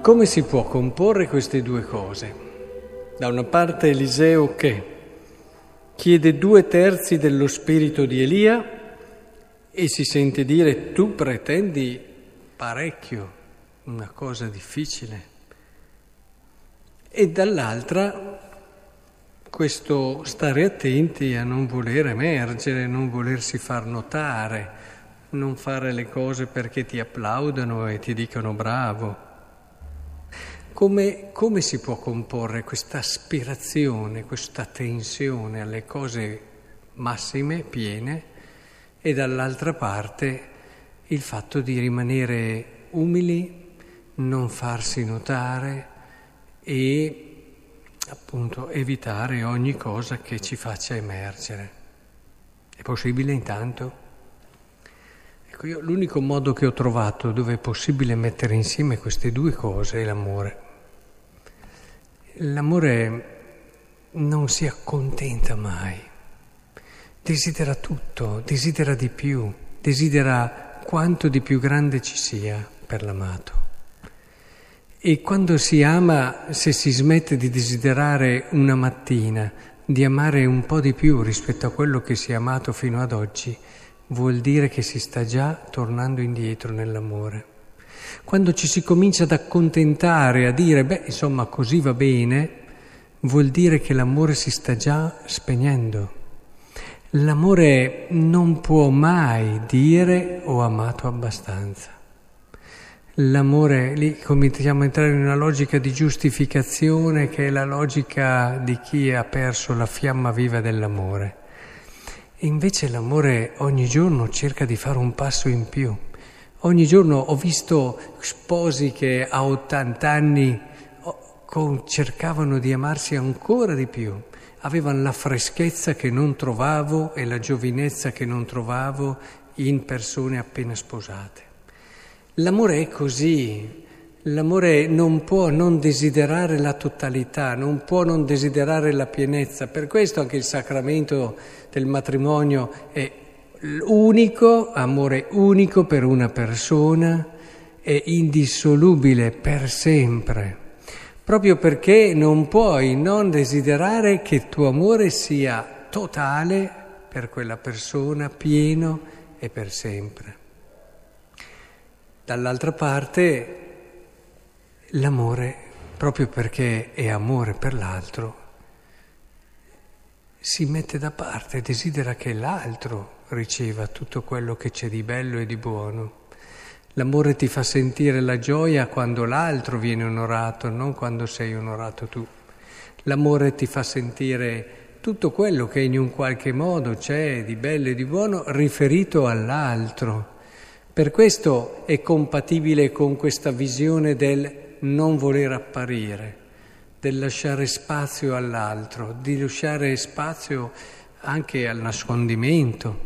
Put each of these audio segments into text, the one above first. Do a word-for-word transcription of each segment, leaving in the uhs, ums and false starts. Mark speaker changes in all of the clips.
Speaker 1: Come si può comporre queste due cose? Da una parte Eliseo che chiede due terzi dello spirito di Elia e si sente dire: tu pretendi parecchio, una cosa difficile. E dall'altra questo stare attenti a non voler emergere, non volersi far notare, non fare le cose perché ti applaudano e ti dicano bravo. Come, come si può comporre questa aspirazione, questa tensione alle cose massime, piene, e dall'altra parte il fatto di rimanere umili, non farsi notare e appunto evitare ogni cosa che ci faccia emergere? È possibile intanto? Ecco, io l'unico modo che ho trovato dove è possibile mettere insieme queste due cose è l'amore. L'amore non si accontenta mai, desidera tutto, desidera di più, desidera quanto di più grande ci sia per l'amato. E quando si ama, se si smette di desiderare una mattina, di amare un po' di più rispetto a quello che si è amato fino ad oggi, vuol dire che si sta già tornando indietro nell'amore. Quando ci si comincia ad accontentare, a dire, beh, insomma, così va bene, vuol dire che l'amore si sta già spegnendo. L'amore non può mai dire ho amato abbastanza. L'amore, lì cominciamo a entrare in una logica di giustificazione che è la logica di chi ha perso la fiamma viva dell'amore. E invece l'amore ogni giorno cerca di fare un passo in più. Ogni giorno ho visto sposi che a ottanta anni cercavano di amarsi ancora di più, avevano la freschezza che non trovavo e la giovinezza che non trovavo in persone appena sposate. L'amore è così, l'amore non può non desiderare la totalità, non può non desiderare la pienezza, per questo anche il sacramento del matrimonio è unico, amore unico per una persona, è indissolubile per sempre, proprio perché non puoi non desiderare che il tuo amore sia totale per quella persona, pieno e per sempre. Dall'altra parte l'amore, proprio perché è amore per l'altro, si mette da parte, desidera che l'altro riceva tutto quello che c'è di bello e di buono. L'amore ti fa sentire la gioia quando l'altro viene onorato, non quando sei onorato tu. L'amore ti fa sentire tutto quello che in un qualche modo c'è di bello e di buono riferito all'altro. Per questo è compatibile con questa visione del non voler apparire, del lasciare spazio all'altro, di lasciare spazio anche al nascondimento.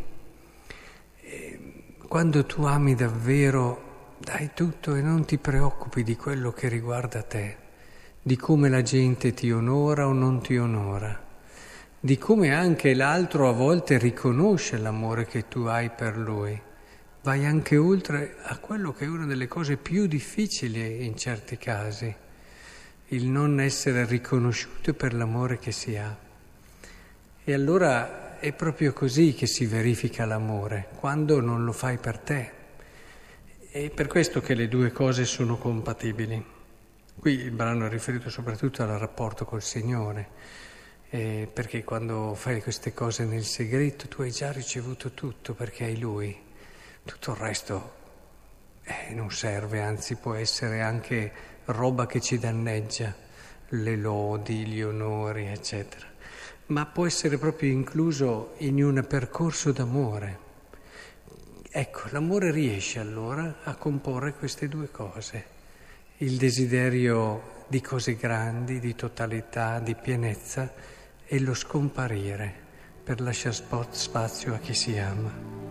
Speaker 1: Quando tu ami davvero, dai tutto e non ti preoccupi di quello che riguarda te, di come la gente ti onora o non ti onora, di come anche l'altro a volte riconosce l'amore che tu hai per lui. Vai anche oltre a quello che è una delle cose più difficili in certi casi, il non essere riconosciuto per l'amore che si ha. E allora è proprio così che si verifica l'amore, quando non lo fai per te. È per questo che le due cose sono compatibili. Qui il brano è riferito soprattutto al rapporto col Signore, eh, perché quando fai queste cose nel segreto tu hai già ricevuto tutto perché hai Lui. Tutto il resto eh, non serve, anzi può essere anche roba che ci danneggia, le lodi, gli onori, eccetera. Ma può essere proprio incluso in un percorso d'amore. Ecco, l'amore riesce allora a comporre queste due cose, il desiderio di cose grandi, di totalità, di pienezza e lo scomparire per lasciare spazio a chi si ama.